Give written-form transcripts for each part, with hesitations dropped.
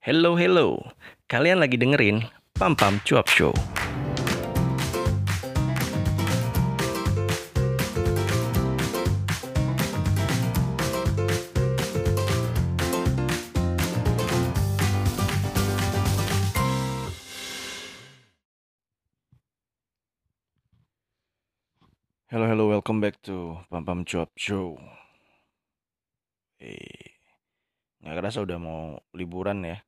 Hello, hello. Kalian lagi dengerin Pam Pam Cuap Show. Hello, welcome back to Pam Pam Cuap Show. Nggak kerasa udah mau liburan ya.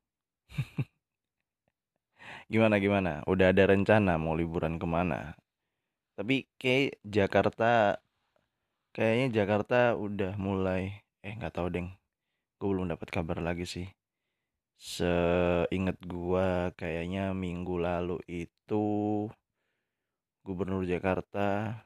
Gimana? Udah ada rencana mau liburan kemana? Tapi kayaknya Jakarta udah mulai. Nggak tahu deng. Gue belum dapat kabar lagi sih. Seingat gua kayaknya minggu lalu itu Gubernur Jakarta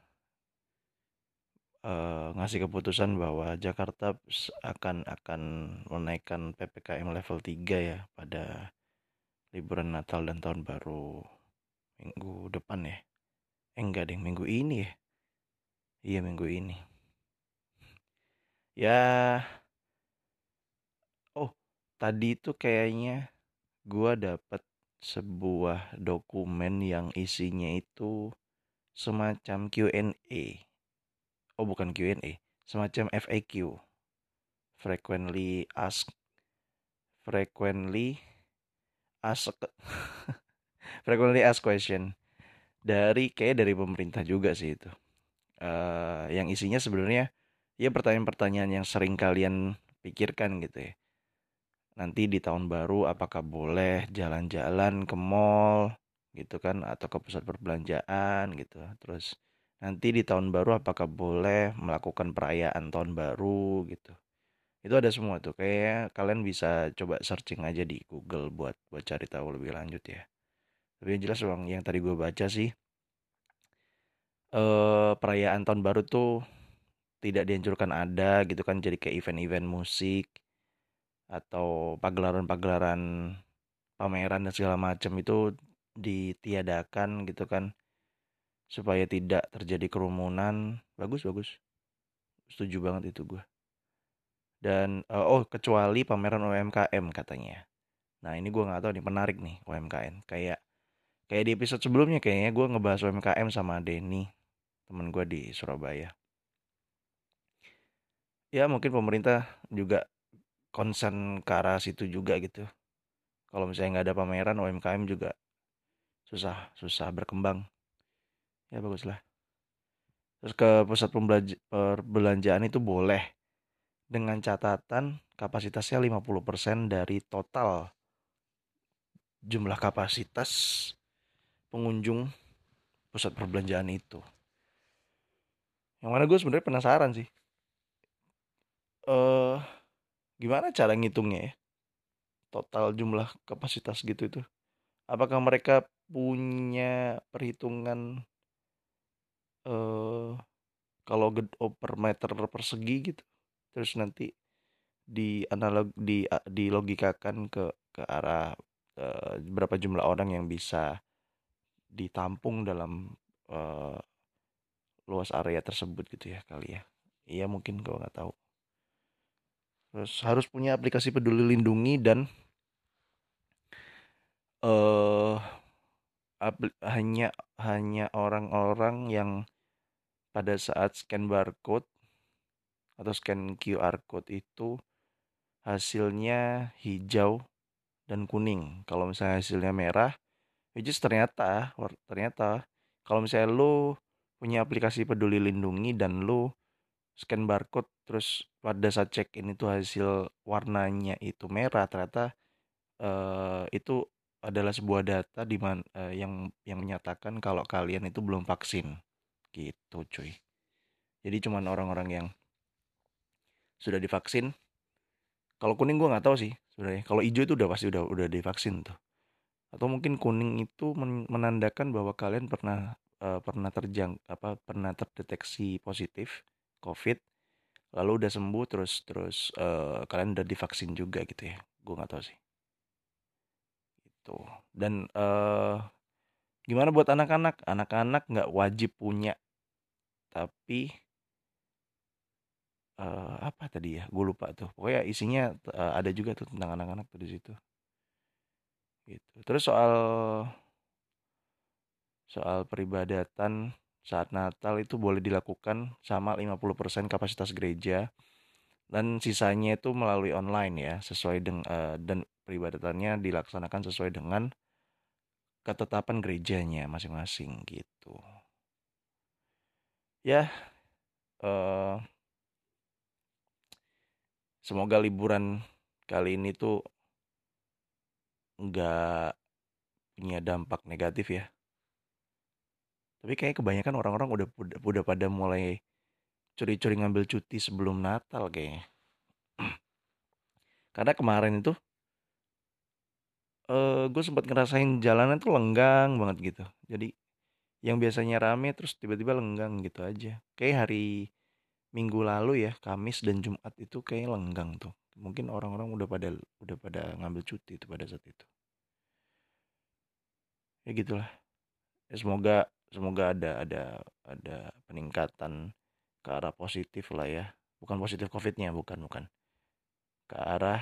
ngasih keputusan bahwa Jakarta akan menaikkan PPKM level 3 ya pada liburan Natal dan Tahun Baru minggu depan ya. Enggak deh, minggu ini ya. Iya, minggu ini. Ya, oh, tadi itu kayaknya gua dapat sebuah dokumen yang isinya itu semacam Q&A. Oh, bukan Q&A, semacam FAQ. Frequently asked frequently asked frequently asked question dari pemerintah juga sih itu. Yang isinya sebenarnya ya pertanyaan-pertanyaan yang sering kalian pikirkan gitu ya. Nanti di tahun baru apakah boleh jalan-jalan ke mall gitu kan atau ke pusat perbelanjaan gitu. Terus nanti di tahun baru apakah boleh melakukan perayaan tahun baru gitu. Itu ada semua tuh. Kayak kalian bisa coba searching aja di Google buat buat cari tahu lebih lanjut ya. Tapi yang jelas bang, yang tadi gue baca sih, perayaan tahun baru tuh tidak dianjurkan ada gitu kan, jadi kayak event-event musik atau pagelaran-pagelaran pameran dan segala macam itu ditiadakan gitu kan, supaya tidak terjadi kerumunan. Bagus, setuju banget itu gue. Dan kecuali pameran UMKM katanya. Nah ini gue nggak tahu nih, menarik nih UMKM. Kayak di episode sebelumnya kayaknya gue ngebahas UMKM sama Denny, temen gue di Surabaya. Ya mungkin pemerintah juga concern ke arah situ juga gitu. Kalau misalnya nggak ada pameran, UMKM juga susah berkembang. Ya baguslah. Terus ke pusat perbelanjaan itu boleh dengan catatan kapasitasnya 50% dari total jumlah kapasitas pengunjung pusat perbelanjaan itu. Yang mana gue sebenarnya penasaran sih. Eh Gimana cara ngitungnya ya? Total jumlah kapasitas gitu itu. Apakah mereka punya perhitungan eh per meter persegi gitu? Terus nanti dilogikakan ke arah berapa jumlah orang yang bisa ditampung dalam eh, luas area tersebut gitu ya kali ya. Iya mungkin gue nggak tahu. Terus harus punya aplikasi Peduli Lindungi dan eh hanya hanya orang-orang yang pada saat scan barcode atau scan QR code itu hasilnya hijau dan kuning. Kalau misalnya hasilnya merah, which is ternyata kalau misalnya lu punya aplikasi Peduli Lindungi dan lu scan barcode terus pada saat check in itu hasil warnanya itu merah, ternyata itu adalah sebuah data yang menyatakan kalau kalian itu belum vaksin gitu cuy. Jadi cuman orang-orang yang sudah divaksin. Kalau kuning gue nggak tahu sih sebenarnya. Kalau hijau itu udah pasti udah divaksin tuh. Atau mungkin kuning itu menandakan bahwa kalian pernah terdeteksi positif COVID, lalu udah sembuh terus terus kalian udah divaksin juga gitu ya. Gue nggak tahu sih. Itu. Dan gimana buat anak-anak? Anak-anak nggak wajib punya, tapi apa tadi ya? Gue lupa tuh. Pokoknya isinya ada juga tuh tentang anak-anak tuh di situ. gitu. Terus soal soal peribadatan saat Natal itu boleh dilakukan sama 50% kapasitas gereja dan sisanya itu melalui online ya, sesuai dengan dan peribadatannya dilaksanakan sesuai dengan ketetapan gerejanya masing-masing gitu. Ya, eh, semoga liburan kali ini tuh nggak punya dampak negatif ya. Tapi kayak kebanyakan orang-orang udah pada mulai curi-curi ngambil cuti sebelum Natal kayaknya. Karena kemarin itu gue sempat ngerasain jalanan tuh lenggang banget gitu. Jadi yang biasanya rame terus tiba-tiba lenggang gitu aja. Kayak hari Minggu lalu ya, Kamis dan Jumat itu kayak lenggang tuh. Mungkin orang-orang udah pada ngambil cuti itu pada saat itu. Ya gitulah. Ya, semoga semoga ada peningkatan ke arah positif lah ya. Bukan positif COVID-nya, bukan bukan. Ke arah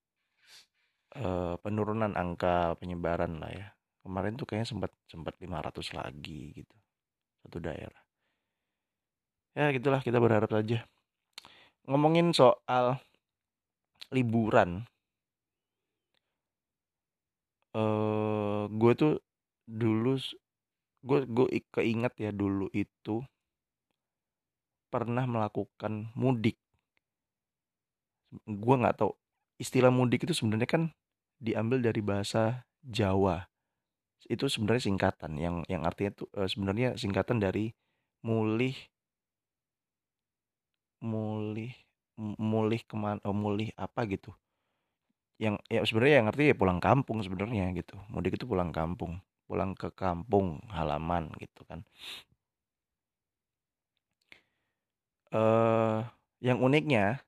penurunan angka penyebaran lah ya. Kemarin tuh kayaknya sempat sempat 500 lagi gitu satu daerah. Ya gitulah kita berharap saja. Ngomongin soal liburan, gue tuh dulu gue keinget ya dulu itu pernah melakukan mudik. Gue nggak tahu istilah mudik itu sebenarnya kan diambil dari bahasa Jawa. Itu sebenarnya singkatan yang artinya tuh sebenarnya singkatan dari mulih mulih mulih kemana mulih apa gitu. Yang ya sebenarnya yang artinya ya pulang kampung sebenarnya gitu. Mudik itu pulang kampung, pulang ke kampung halaman gitu kan. eh yang uniknya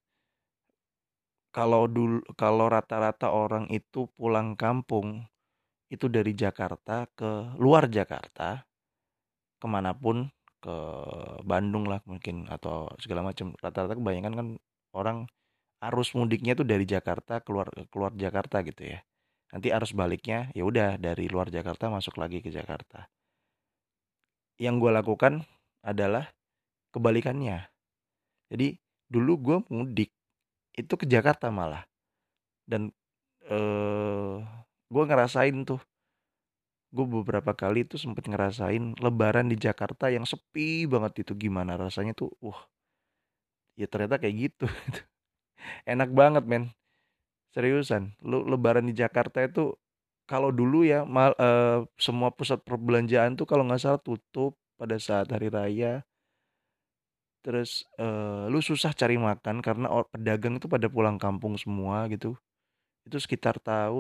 kalau rata-rata orang itu pulang kampung itu dari Jakarta ke luar Jakarta kemanapun, ke Bandung lah mungkin atau segala macam, rata-rata kebanyakan kan orang arus mudiknya tuh dari Jakarta keluar keluar Jakarta gitu ya, nanti arus baliknya ya udah dari luar Jakarta masuk lagi ke Jakarta. Yang gue lakukan adalah kebalikannya. Jadi dulu gue mudik itu ke Jakarta malah, dan eh gue ngerasain tuh, gue beberapa kali tuh sempet ngerasain lebaran di Jakarta yang sepi banget. Itu gimana rasanya tuh, ya ternyata kayak gitu. Enak banget men, seriusan. Lu lebaran di Jakarta itu kalau dulu ya semua pusat perbelanjaan tuh kalau nggak salah tutup pada saat hari raya. Terus lu susah cari makan karena pedagang itu pada pulang kampung semua gitu. Itu sekitar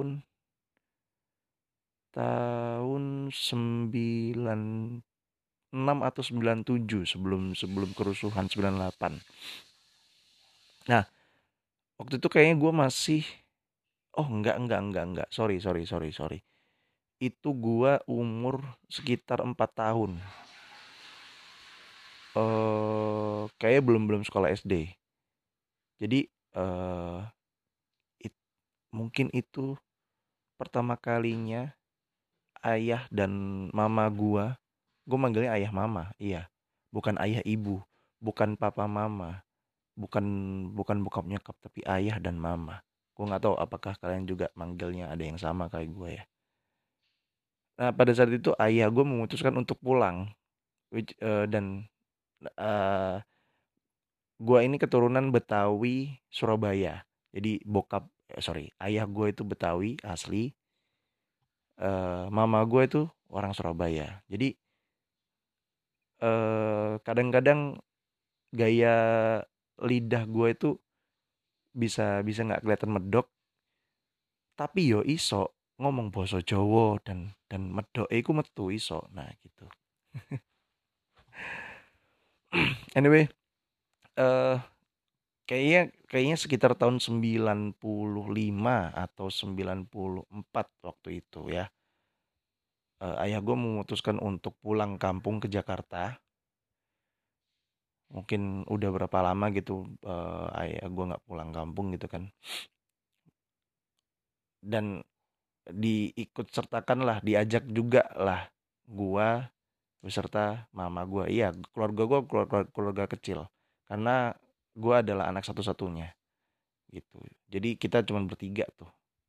tahun 96 atau 97, sebelum sebelum kerusuhan 98. Nah, waktu itu kayaknya gue masih, oh enggak, sorry sorry sorry sorry, itu gue umur sekitar 4 tahun, kayaknya belum belum sekolah SD. Jadi eh mungkin itu pertama kalinya ayah dan mama gue manggilnya ayah mama, iya, bukan ayah ibu, bukan papa mama, bukan bukan bokap nyokap, tapi ayah dan mama. Gue nggak tahu apakah kalian juga manggilnya ada yang sama kayak gue ya. Nah pada saat itu ayah gue memutuskan untuk pulang, dan eh gue ini keturunan Betawi Surabaya. Jadi sorry, ayah gue itu Betawi asli, mama gue itu orang Surabaya. Jadi kadang-kadang gaya lidah gue itu bisa bisa nggak kelihatan medok, tapi yo iso ngomong basa Jawa dan medok iku metu iso. Nah, gitu. Anyway, eh kayaknya kayaknya sekitar tahun 95 atau 94 waktu itu ya. Ayah gue memutuskan untuk pulang kampung ke Jakarta. Mungkin udah berapa lama gitu ayah gue nggak pulang kampung gitu kan. Dan diikut sertakan lah, diajak juga lah gua beserta mama gua. Iya, keluarga gua keluarga kecil. Karena gua adalah anak satu-satunya gitu. Jadi kita cuma bertiga tuh.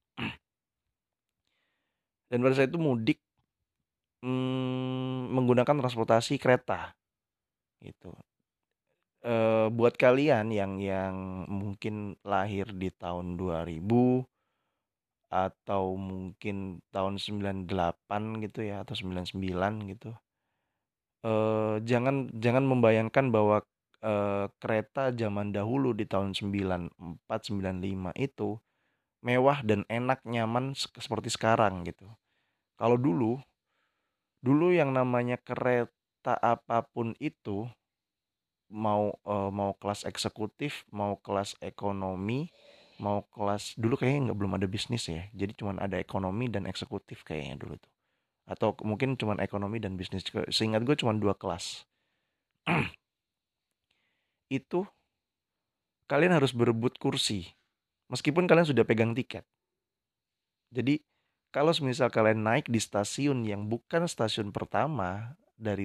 Dan pada saat itu mudik menggunakan transportasi kereta gitu. Buat kalian yang mungkin lahir di tahun 2000 atau mungkin tahun 98 gitu ya atau 99 gitu. Jangan jangan membayangkan bahwa kereta zaman dahulu di tahun 94 95 itu mewah dan enak, nyaman seperti sekarang gitu. Kalau dulu, dulu yang namanya kereta apapun itu mau kelas eksekutif, mau kelas ekonomi, mau kelas dulu kayaknya nggak belum ada bisnis ya. Jadi cuman ada ekonomi dan eksekutif kayaknya dulu tuh. Atau mungkin cuman ekonomi dan bisnis. Seingat gue cuman dua kelas. Itu kalian harus berebut kursi meskipun kalian sudah pegang tiket. Jadi kalau misal kalian naik di stasiun yang bukan stasiun pertama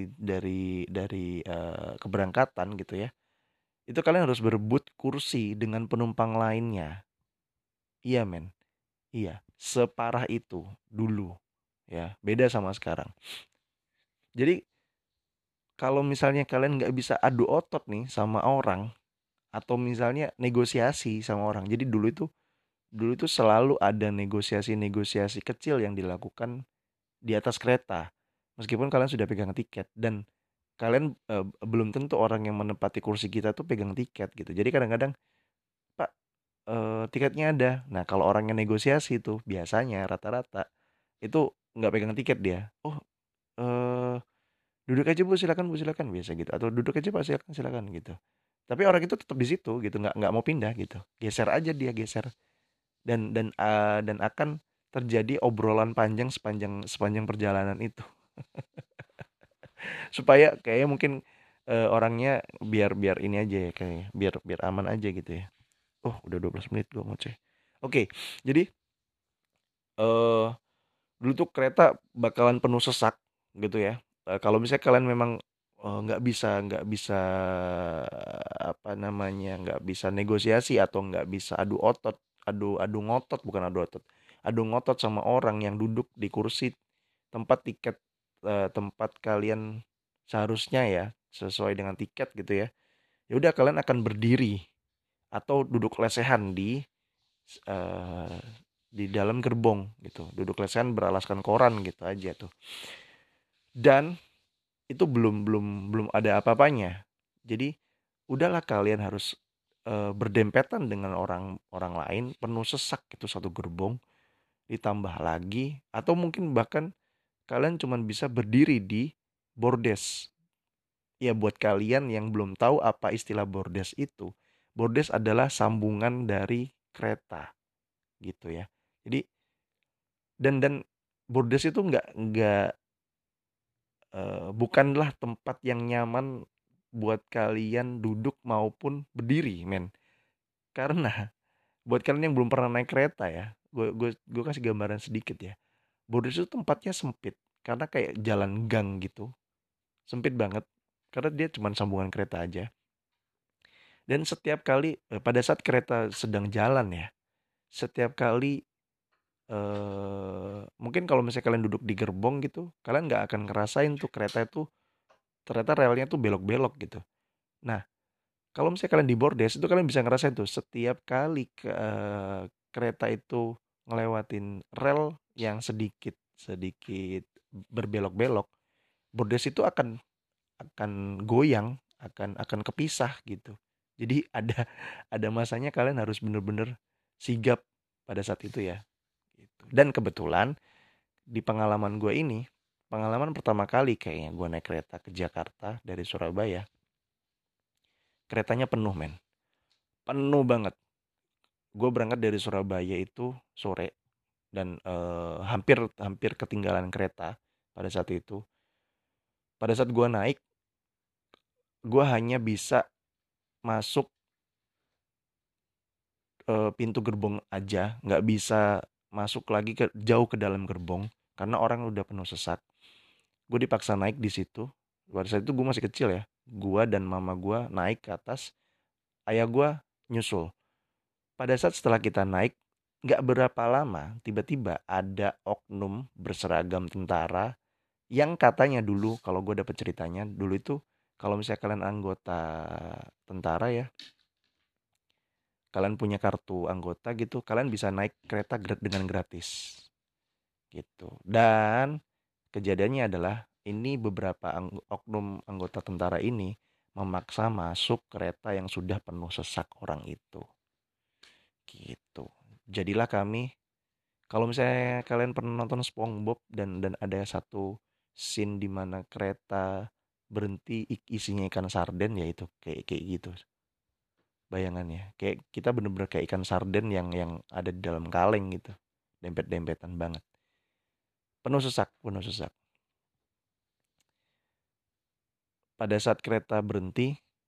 dari keberangkatan gitu ya, itu kalian harus berebut kursi dengan penumpang lainnya. Iya men, iya separah itu dulu ya, beda sama sekarang. Jadi kalau misalnya kalian nggak bisa adu otot nih sama orang atau misalnya negosiasi sama orang, jadi dulu itu selalu ada negosiasi-negosiasi kecil yang dilakukan di atas kereta. Meskipun kalian sudah pegang tiket dan kalian belum tentu orang yang menempati kursi kita tuh pegang tiket gitu. Jadi kadang-kadang, "Pak, tiketnya ada." Nah, kalau orang yang negosiasi tuh biasanya rata-rata itu nggak pegang tiket dia. "Oh, eh duduk aja Bu, silakan," biasa gitu. Atau "Duduk aja Pak, silakan, silakan," gitu. Tapi orang itu tetap di situ gitu, nggak mau pindah gitu. Geser aja dia, geser. Dan akan terjadi obrolan panjang sepanjang sepanjang perjalanan itu. Supaya kayaknya mungkin orangnya biar biar ini aja ya kayak biar biar aman aja gitu ya. Oh, udah 12 menit gua ngoceh. Oke, jadi eh dulu tuh kereta bakalan penuh sesak gitu ya. Kalau misalnya kalian memang nggak bisa apa namanya nggak bisa negosiasi atau nggak bisa adu otot, adu adu ngotot bukan adu otot, adu ngotot sama orang yang duduk di kursi tempat tiket tempat kalian seharusnya ya sesuai dengan tiket gitu ya. Ya udah kalian akan berdiri atau duduk lesehan eh, di dalam gerbong gitu. Duduk lesehan beralaskan koran gitu aja tuh. Dan itu belum belum belum ada apa-apanya. Jadi udahlah kalian harus berdempetan dengan orang orang lain penuh sesak itu satu gerbong ditambah lagi atau mungkin bahkan kalian cuma bisa berdiri di bordes. Ya buat kalian yang belum tahu apa istilah bordes itu, bordes adalah sambungan dari kereta gitu ya. Jadi dan bordes itu nggak bukanlah tempat yang nyaman buat kalian duduk maupun berdiri, men. Karena buat kalian yang belum pernah naik kereta ya, gue kasih gambaran sedikit ya. Bordes itu tempatnya sempit karena kayak jalan gang gitu, sempit banget karena dia cuma sambungan kereta aja. Dan setiap kali pada saat kereta sedang jalan ya, setiap kali mungkin kalau misalnya kalian duduk di gerbong gitu, kalian nggak akan ngerasain tuh kereta itu ternyata relnya tuh belok-belok gitu. Nah, kalau misalnya kalian di bordes itu kalian bisa ngerasain tuh setiap kali kereta itu ngelewatin rel yang sedikit sedikit berbelok-belok, bordes itu akan goyang, akan kepisah gitu. Jadi ada masanya kalian harus bener-bener sigap pada saat itu ya. Gitu. Dan kebetulan di pengalaman gue ini, pengalaman pertama kali kayaknya gue naik kereta ke Jakarta dari Surabaya, keretanya penuh men, penuh banget. Gue berangkat dari Surabaya itu sore dan hampir hampir ketinggalan kereta pada saat itu. Pada saat gue naik, gue hanya bisa masuk pintu gerbong aja, nggak bisa masuk lagi jauh ke dalam gerbong karena orang udah penuh sesak. Gue dipaksa naik di situ. Pada saat itu gue masih kecil ya. Gue dan mama gue naik ke atas, ayah gue nyusul. Pada saat setelah kita naik, nggak berapa lama, tiba-tiba ada oknum berseragam tentara yang katanya dulu, kalau gue dapet ceritanya, dulu itu kalau misalnya kalian anggota tentara ya, kalian punya kartu anggota gitu, kalian bisa naik kereta dengan gratis gitu. Dan kejadiannya adalah ini beberapa oknum anggota tentara ini memaksa masuk kereta yang sudah penuh sesak orang itu. Gitu. Jadilah kami, kalau misalnya kalian pernah nonton SpongeBob dan ada satu scene di mana kereta berhenti isinya ikan sarden, ya itu kayak kayak gitu bayangannya. Kayak kita bener-bener kayak ikan sarden yang ada di dalam kaleng gitu. Dempet-dempetan banget. Penuh sesak, penuh sesak. Pada saat kereta berhenti,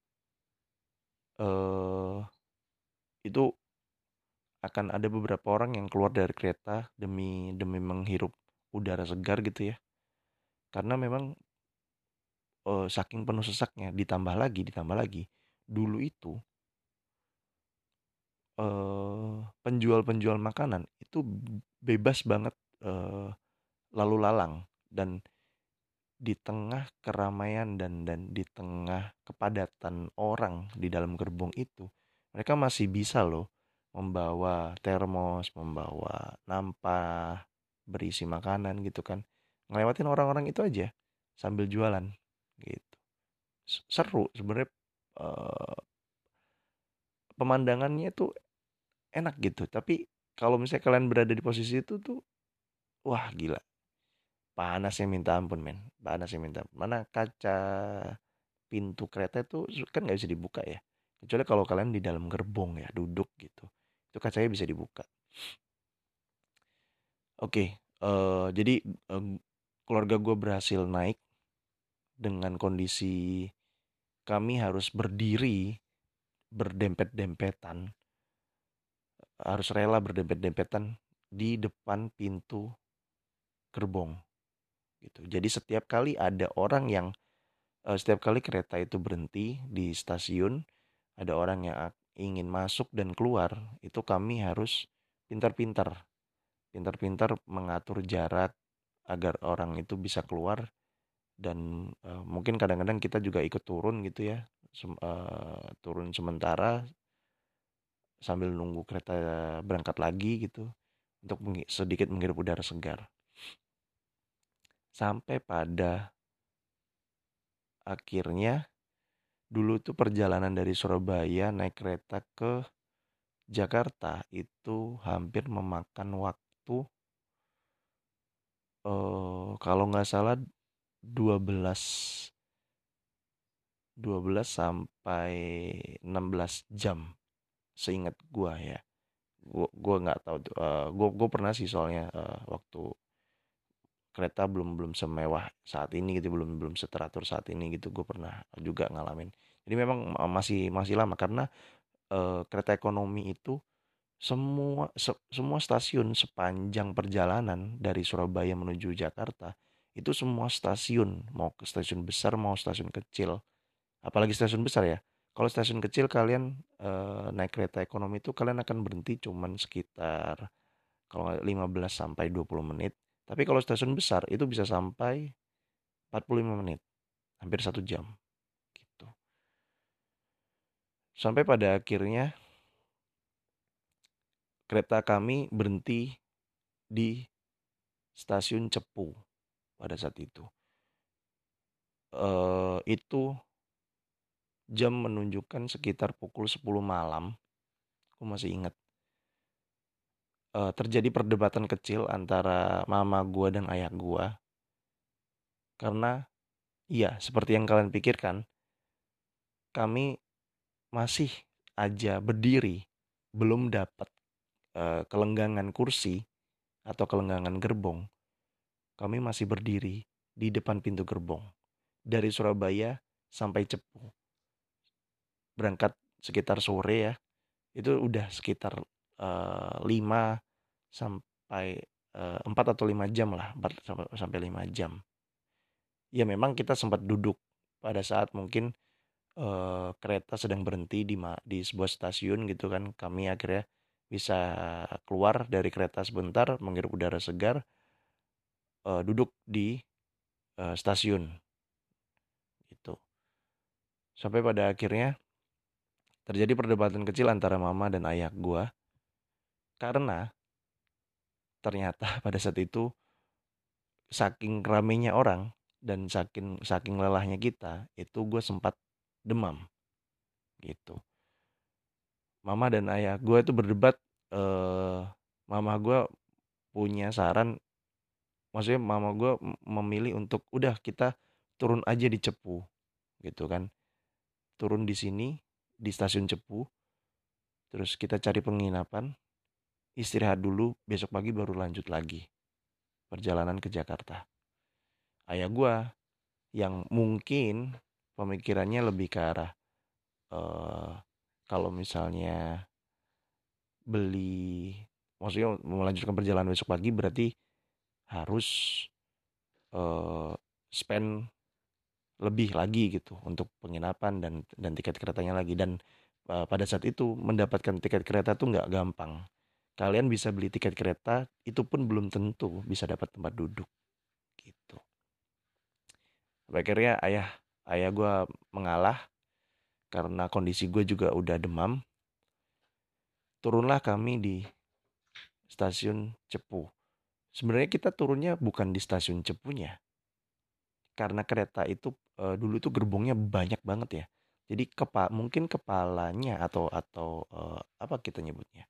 eh itu akan ada beberapa orang yang keluar dari kereta demi demi menghirup udara segar gitu ya. Karena memang saking penuh sesaknya, ditambah lagi, dulu itu penjual-penjual makanan itu bebas banget eh, lalu lalang, dan di tengah keramaian dan di tengah kepadatan orang di dalam gerbong itu, mereka masih bisa loh membawa termos, membawa nampah berisi makanan gitu kan. Ngelewatin orang-orang itu aja sambil jualan gitu. Seru sebenarnya, eh, pemandangannya tuh enak gitu. Tapi kalau misalnya kalian berada di posisi itu tuh, wah gila, panasnya minta ampun men, panasnya minta ampun. Mana kaca pintu kereta itu kan nggak bisa dibuka ya, kecuali kalau kalian di dalam gerbong ya, duduk gitu, itu kacanya bisa dibuka. Oke, jadi keluarga gue berhasil naik dengan kondisi kami harus berdiri berdempet-dempetan, harus rela berdempet-dempetan di depan pintu gerbong gitu. Jadi setiap kali kereta itu berhenti di stasiun, ada orang yang ingin masuk dan keluar, itu kami harus pintar-pintar, pintar-pintar mengatur jarak agar orang itu bisa keluar. Dan mungkin kadang-kadang kita juga ikut turun gitu ya, turun sementara sambil nunggu kereta berangkat lagi gitu, untuk sedikit menghirup udara segar. Sampai pada akhirnya, dulu tuh perjalanan dari Surabaya naik kereta ke Jakarta itu hampir memakan waktu, kalau nggak salah 12 12 sampai 16 jam seingat gua ya. Gua nggak tahu tuh, gua pernah sih soalnya, waktu kereta belum belum semewah saat ini gitu, belum belum seteratur saat ini gitu, gue pernah juga ngalamin. Jadi memang masih masih lama karena kereta ekonomi itu semua stasiun sepanjang perjalanan dari Surabaya menuju Jakarta, itu semua stasiun, mau ke stasiun besar mau stasiun kecil, apalagi stasiun besar ya. Kalau stasiun kecil kalian naik kereta ekonomi itu kalian akan berhenti cuman sekitar, kalau nggak 15 sampai 20 menit. Tapi kalau stasiun besar itu bisa sampai 45 menit, hampir 1 jam gitu. Sampai pada akhirnya kereta kami berhenti di stasiun Cepu pada saat itu. Itu jam menunjukkan sekitar pukul 10 malam. Aku masih ingat. Terjadi perdebatan kecil antara mama gua dan ayah gua. Karena iya, seperti yang kalian pikirkan, kami masih aja berdiri, belum dapat kelenggangan kursi atau kelenggangan gerbong. Kami masih berdiri di depan pintu gerbong. Dari Surabaya sampai Cepu. Berangkat sekitar sore ya. Itu udah sekitar 5 sampai sampai 4 atau 5 jam lah, 4 sampai 5 jam. Ya memang kita sempat duduk pada saat mungkin kereta sedang berhenti di sebuah stasiun gitu kan. Kami akhirnya bisa keluar dari kereta sebentar, menghirup udara segar, duduk di stasiun gitu. Sampai pada akhirnya terjadi perdebatan kecil antara mama dan ayah gua karena ternyata pada saat itu saking ramainya orang dan saking saking lelahnya kita, itu gue sempat demam gitu. Mama dan ayah gue itu berdebat. eh Mama gue punya saran, maksudnya mama gue memilih untuk udah kita turun aja di Cepu gitu kan. Turun di sini di stasiun Cepu, terus kita cari penginapan, istirahat dulu, besok pagi baru lanjut lagi perjalanan ke Jakarta. Ayah gue yang mungkin pemikirannya lebih ke arah eh kalau misalnya beli, maksudnya melanjutkan perjalanan besok pagi berarti harus eh spend lebih lagi gitu untuk penginapan dan tiket keretanya lagi. Dan pada saat itu mendapatkan tiket kereta tuh nggak gampang. Kalian bisa beli tiket kereta, itu pun belum tentu bisa dapat tempat duduk gitu. Akhirnya ayah ayah gue mengalah karena kondisi gue juga udah demam. Turunlah kami di stasiun Cepu. Sebenarnya kita turunnya bukan di stasiun Cepunya, karena kereta itu dulu tuh gerbongnya banyak banget ya. Jadi mungkin kepalanya atau apa kita nyebutnya?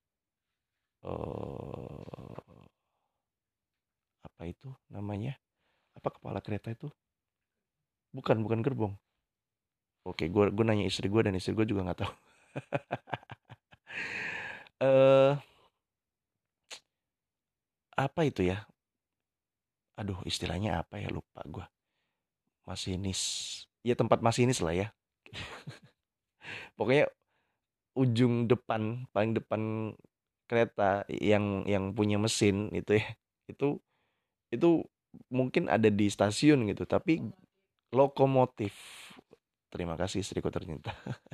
eh Apa itu namanya? Apa kepala kereta itu? Bukan, bukan gerbong. Oke, gue nanya istri gue dan istri gue juga nggak tahu. eh Apa itu ya? Aduh, istilahnya apa ya, lupa gue. Masinis. Ya tempat masinis lah ya. Pokoknya ujung depan, paling depan kereta yang punya mesin itu ya. Itu itu mungkin ada di stasiun gitu, tapi lokomotif. Terima kasih istriku tercinta.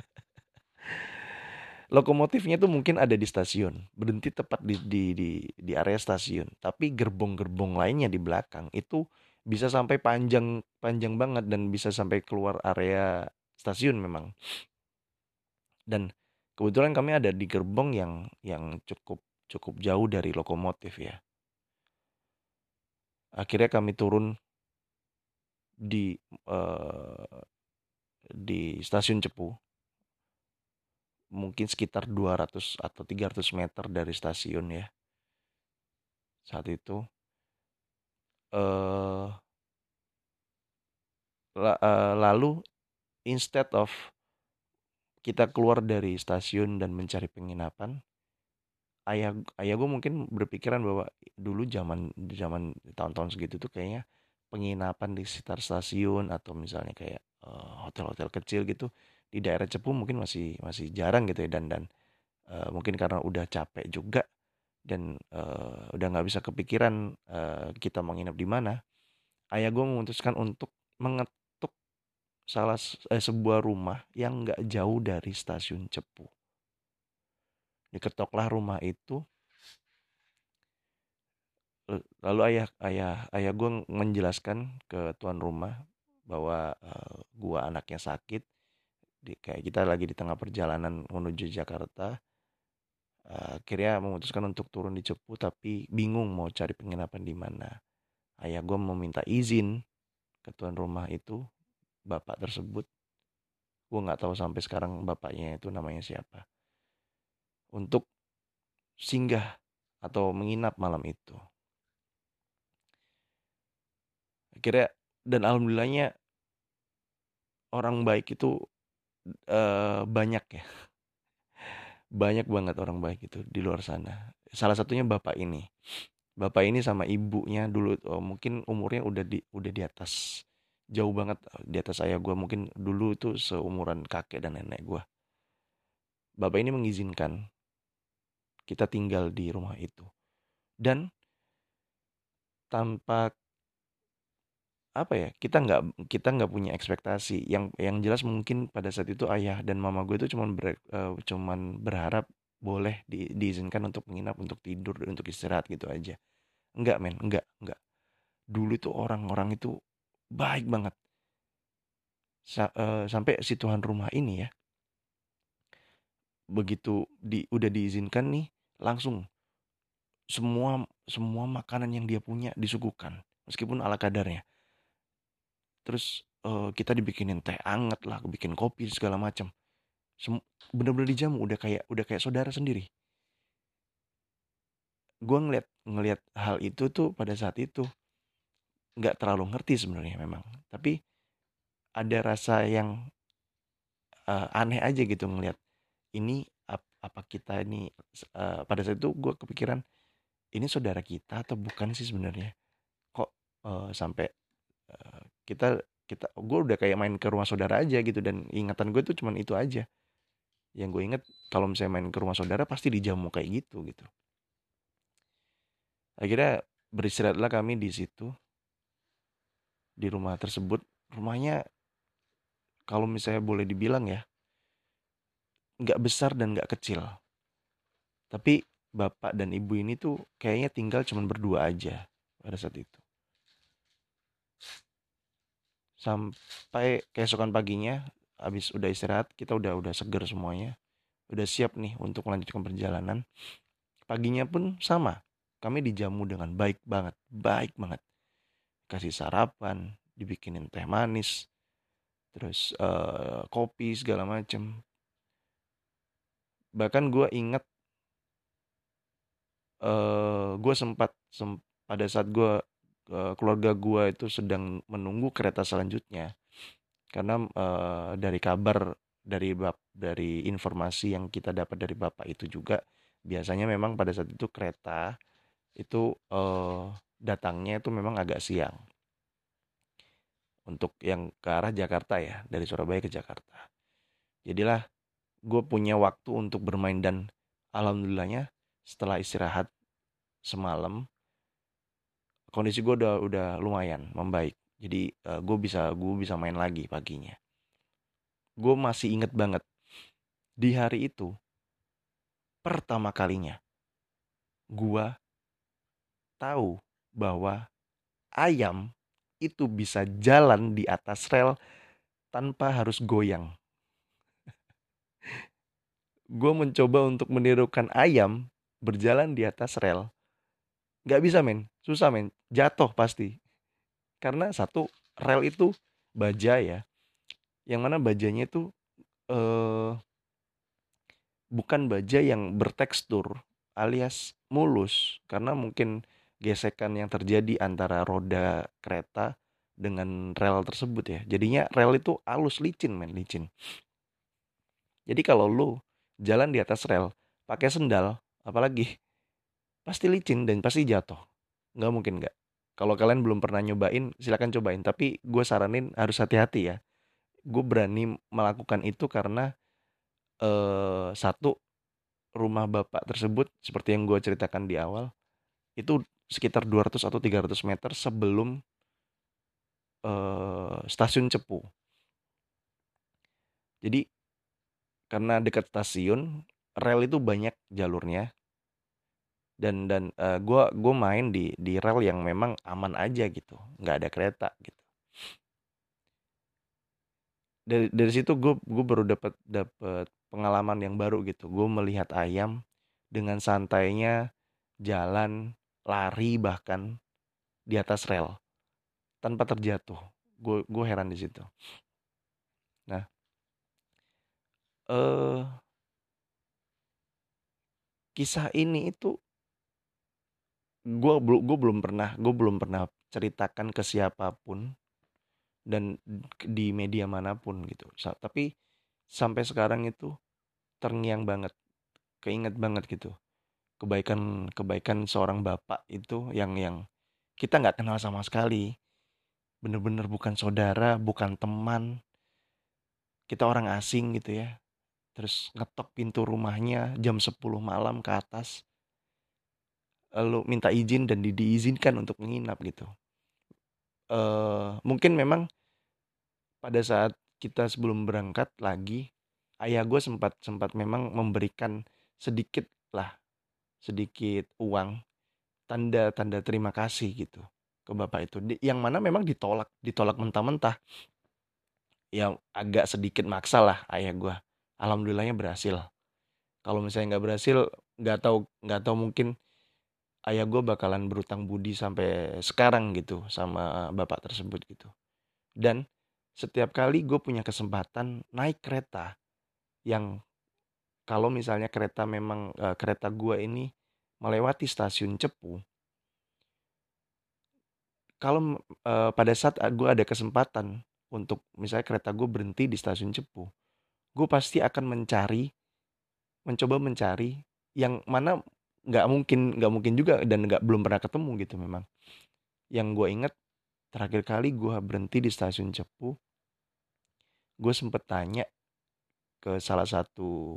Lokomotifnya tuh mungkin ada di stasiun, berhenti tepat di area stasiun. Tapi gerbong-gerbong lainnya di belakang itu bisa sampai panjang panjang banget dan bisa sampai keluar area stasiun memang. Dan kebetulan kami ada di gerbong yang cukup cukup jauh dari lokomotif ya. Akhirnya kami turun di eh, di stasiun Cepu, mungkin sekitar 200 atau 300 meter dari stasiun ya. Saat itu eh lalu instead of kita keluar dari stasiun dan mencari penginapan, ayah ayah gue mungkin berpikiran bahwa dulu zaman zaman tahun-tahun segitu tuh kayaknya penginapan di sekitar stasiun atau misalnya kayak hotel-hotel kecil gitu di daerah Cepu mungkin masih masih jarang gitu ya. Dan mungkin karena udah capek juga dan udah nggak bisa kepikiran kita mau nginep di mana, ayah gue memutuskan untuk mengetuk sebuah rumah yang nggak jauh dari stasiun Cepu. Diketoklah rumah itu. Lalu ayah gue menjelaskan ke tuan rumah bahwa gua anaknya sakit, kayak kita lagi di tengah perjalanan menuju Jakarta. Akhirnya memutuskan untuk turun di Cepu tapi bingung mau cari penginapan di mana. Ayah gue meminta izin ke tuan rumah itu, bapak tersebut. Gue nggak tahu sampai sekarang bapaknya itu namanya siapa. Untuk singgah atau menginap malam itu. Akhirnya dan alhamdulillahnya orang baik itu banyak ya. Banyak banget orang baik itu di luar sana. Salah satunya bapak ini. Bapak ini sama ibunya dulu mungkin umurnya udah di atas, jauh banget di atas saya gue, mungkin dulu itu seumuran kakek dan nenek gue. Bapak ini mengizinkan kita tinggal di rumah itu. Dan tanpa apa ya, kita nggak punya ekspektasi. Yang jelas mungkin pada saat itu ayah dan mama gue itu cuman berharap boleh diizinkan untuk menginap, untuk tidur, untuk istirahat gitu aja. Enggak men, enggak. Dulu itu orang-orang itu baik banget. Sampai si tuan rumah ini ya, begitu udah diizinkan nih, langsung semua semua makanan yang dia punya disuguhkan, meskipun ala kadarnya. Terus kita dibikinin teh anget lah, bikin kopi segala macam. Bener-bener dijamu, udah kayak saudara sendiri. Gue ngeliat ngeliat hal itu tuh pada saat itu nggak terlalu ngerti sebenarnya memang, tapi ada rasa yang aneh aja gitu ngeliat ini, apa kita ini, pada saat itu gue kepikiran, ini saudara kita atau bukan sih sebenarnya? Kok sampai kita kita gue udah kayak main ke rumah saudara aja gitu, dan ingatan gue tuh cuman itu aja. Yang gue inget, kalau misalnya main ke rumah saudara pasti dijamu kayak gitu gitu. Akhirnya beristirahatlah kami di situ, di rumah tersebut. Rumahnya kalau misalnya boleh dibilang ya, nggak besar dan nggak kecil. Tapi bapak dan ibu ini tuh kayaknya tinggal cuman berdua aja pada saat itu. Sampai keesokan paginya, habis udah istirahat, kita udah seger semuanya. Udah siap nih untuk melanjutkan perjalanan. Paginya pun sama. Kami dijamu dengan baik banget, baik banget. Kasih sarapan, dibikinin teh manis, terus kopi segala macem. Bahkan gue inget, gue pada saat keluarga gue itu sedang menunggu kereta selanjutnya, karena dari kabar, dari informasi yang kita dapat dari bapak itu juga, biasanya memang pada saat itu kereta itu datangnya itu memang agak siang, untuk yang ke arah Jakarta ya, dari Surabaya ke Jakarta. Jadilah gue punya waktu untuk bermain, dan alhamdulillahnya setelah istirahat semalam, kondisi gue udah lumayan membaik. Jadi gue bisa main lagi paginya. Gue masih inget banget, di hari itu pertama kalinya gue tahu bahwa ayam itu bisa jalan di atas rel tanpa harus goyang. Gue mencoba untuk menirukan ayam berjalan di atas rel. Gak bisa men, susah men, jatuh pasti. Karena satu, rel itu baja ya, yang mana bajanya itu eh, bukan baja yang bertekstur alias mulus, karena mungkin gesekan yang terjadi antara roda kereta dengan rel tersebut ya. Jadinya rel itu halus, licin men, licin. Jadi kalau lu jalan di atas rel pakai sendal, apalagi, pasti licin dan pasti jatuh. Nggak mungkin nggak. Kalau kalian belum pernah nyobain, silakan cobain. Tapi gue saranin harus hati-hati ya. Gue berani melakukan itu karena satu, rumah bapak tersebut seperti yang gue ceritakan di awal, itu sekitar 200 atau 300 meter sebelum stasiun Cepu. Jadi karena dekat stasiun, rel itu banyak jalurnya, dan gue main di rel yang memang aman aja gitu, nggak ada kereta gitu. Dari situ gue baru dapat pengalaman yang baru gitu. Gue melihat ayam dengan santainya jalan, lari bahkan di atas rel tanpa terjatuh. Gue heran di situ. Nah, eh kisah ini itu gue belum pernah ceritakan ke siapapun, dan di media manapun gitu. Tapi sampai sekarang itu terngiang banget, keinget banget gitu. Kebaikan-kebaikan seorang bapak itu yang kita nggak kenal sama sekali. Bener-bener bukan saudara, bukan teman. Kita orang asing gitu ya. Terus ngetok pintu rumahnya jam 10 malam ke atas. lu minta izin dan diizinkan untuk menginap gitu. Mungkin memang pada saat kita sebelum berangkat lagi, ayah gue sempat sempat memang memberikan sedikit lah, sedikit uang, tanda-tanda terima kasih gitu ke bapak itu. Yang mana memang ditolak, ditolak mentah-mentah. Yang agak sedikit maksa lah ayah gue. Alhamdulillahnya berhasil. Kalau misalnya nggak berhasil, nggak tahu mungkin ayah gue bakalan berutang budi sampai sekarang gitu sama bapak tersebut gitu. Dan setiap kali gue punya kesempatan naik kereta yang kalau misalnya kereta memang kereta gue ini melewati stasiun Cepu, kalau pada saat gue ada kesempatan untuk misalnya kereta gue berhenti di stasiun Cepu, gue pasti akan mencoba mencari yang mana nggak mungkin juga dan nggak belum pernah ketemu gitu memang. Yang gue ingat terakhir kali gue berhenti di stasiun Cepu, gue sempet tanya ke salah satu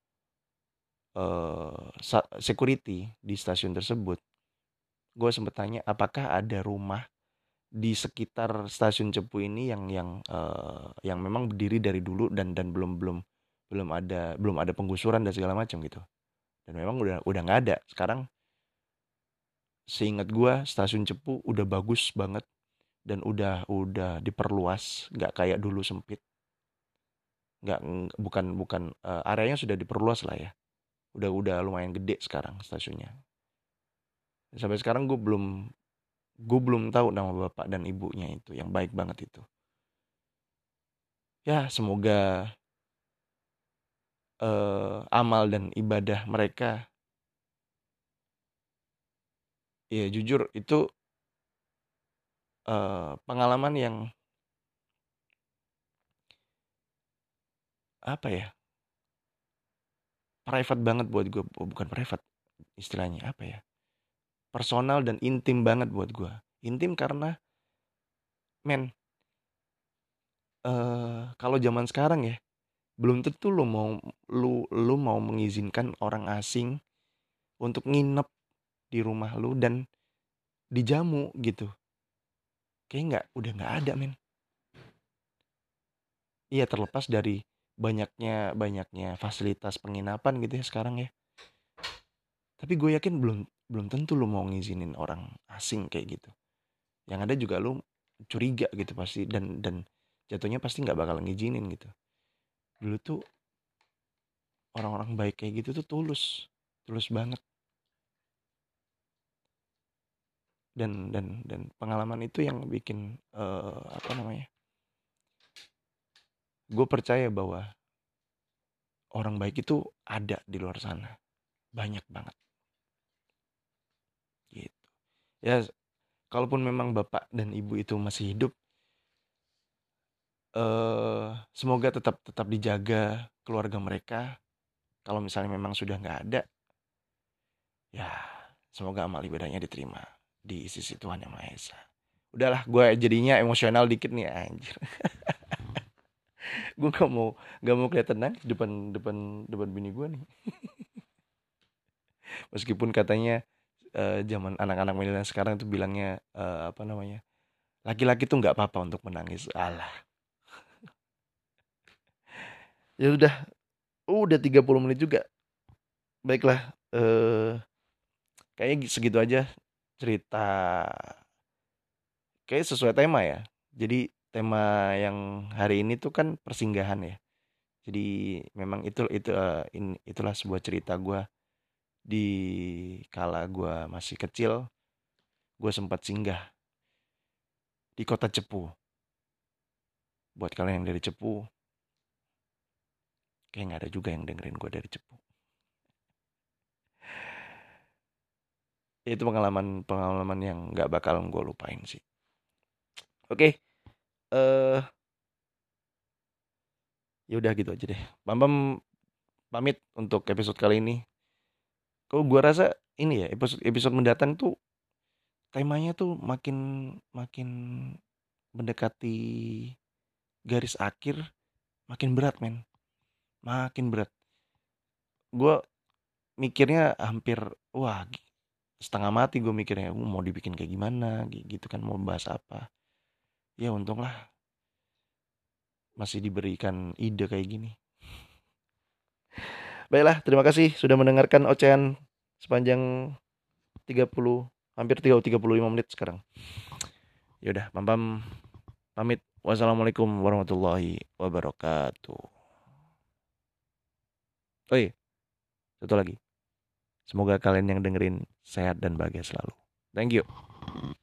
security di stasiun tersebut. Gue sempet tanya apakah ada rumah di sekitar stasiun Cepu ini yang memang berdiri dari dulu dan belum ada penggusuran dan segala macam gitu. Dan memang udah nggak ada. Sekarang seingat gue stasiun Cepu udah bagus banget dan udah diperluas, nggak kayak dulu sempit. Nggak bukan bukan areanya sudah diperluas lah ya. Udah lumayan gede sekarang stasiunnya. Sampai sekarang gue belum tahu nama bapak dan ibunya itu yang baik banget itu. Ya semoga amal dan ibadah mereka, ya jujur itu pengalaman yang apa ya, private banget buat gue. Bukan private, istilahnya apa ya, personal dan intim banget buat gue. Intim karena men, kalau zaman sekarang ya belum tentu lu mau mengizinkan orang asing untuk nginep di rumah lu dan dijamu gitu. Kayak udah nggak ada men. Iya, terlepas dari banyaknya banyaknya fasilitas penginapan gitu ya sekarang ya. Tapi gue yakin belum belum tentu lu mau ngizinin orang asing kayak gitu. Yang ada juga lu curiga gitu pasti dan jatuhnya pasti nggak bakal ngizinin gitu. Dulu tuh orang-orang baik kayak gitu tuh tulus, tulus banget. Dan pengalaman itu yang bikin apa namanya? Gue percaya bahwa orang baik itu ada di luar sana, banyak banget gitu. Ya, kalaupun memang bapak dan ibu itu masih hidup, semoga tetap tetap dijaga keluarga mereka. Kalau misalnya memang sudah nggak ada, ya semoga amal ibadahnya diterima di sisi Tuhan Yang Maha Esa. Udahlah, gue jadinya emosional dikit nih anjir. Gue nggak mau kelihatan nangis depan depan depan bini gue nih. Meskipun katanya zaman anak-anak milenial sekarang tuh bilangnya apa namanya, laki-laki tuh nggak apa-apa untuk menangis. Alah, ya udah 30 menit juga. Baiklah, kayaknya segitu aja cerita. Kayak sesuai tema ya. Jadi tema yang hari ini tuh kan persinggahan ya. Jadi memang itulah sebuah cerita gue di kala gue masih kecil. Gue sempat singgah di kota Cepu. Buat kalian yang dari Cepu, kayak nggak ada juga yang dengerin gue dari Cepu. Itu pengalaman pengalaman yang nggak bakal gue lupain sih. Oke, eh ya udah gitu aja deh. Bambam pamit untuk episode kali ini. Kok gue rasa ini ya episode episode mendatang tuh temanya tuh makin makin mendekati garis akhir, makin berat men, makin berat. Gue mikirnya hampir wah setengah mati gue mikirnya, mau dibikin kayak gimana gitu kan, mau bahas apa. Ya untunglah masih diberikan ide kayak gini. Baiklah, terima kasih sudah mendengarkan ocehan sepanjang 30 hampir 35 menit sekarang. Yaudah, Pam pamit. Wassalamualaikum warahmatullahi wabarakatuh. Oh iya, satu lagi. Semoga kalian yang dengerin sehat dan bahagia selalu. Thank you.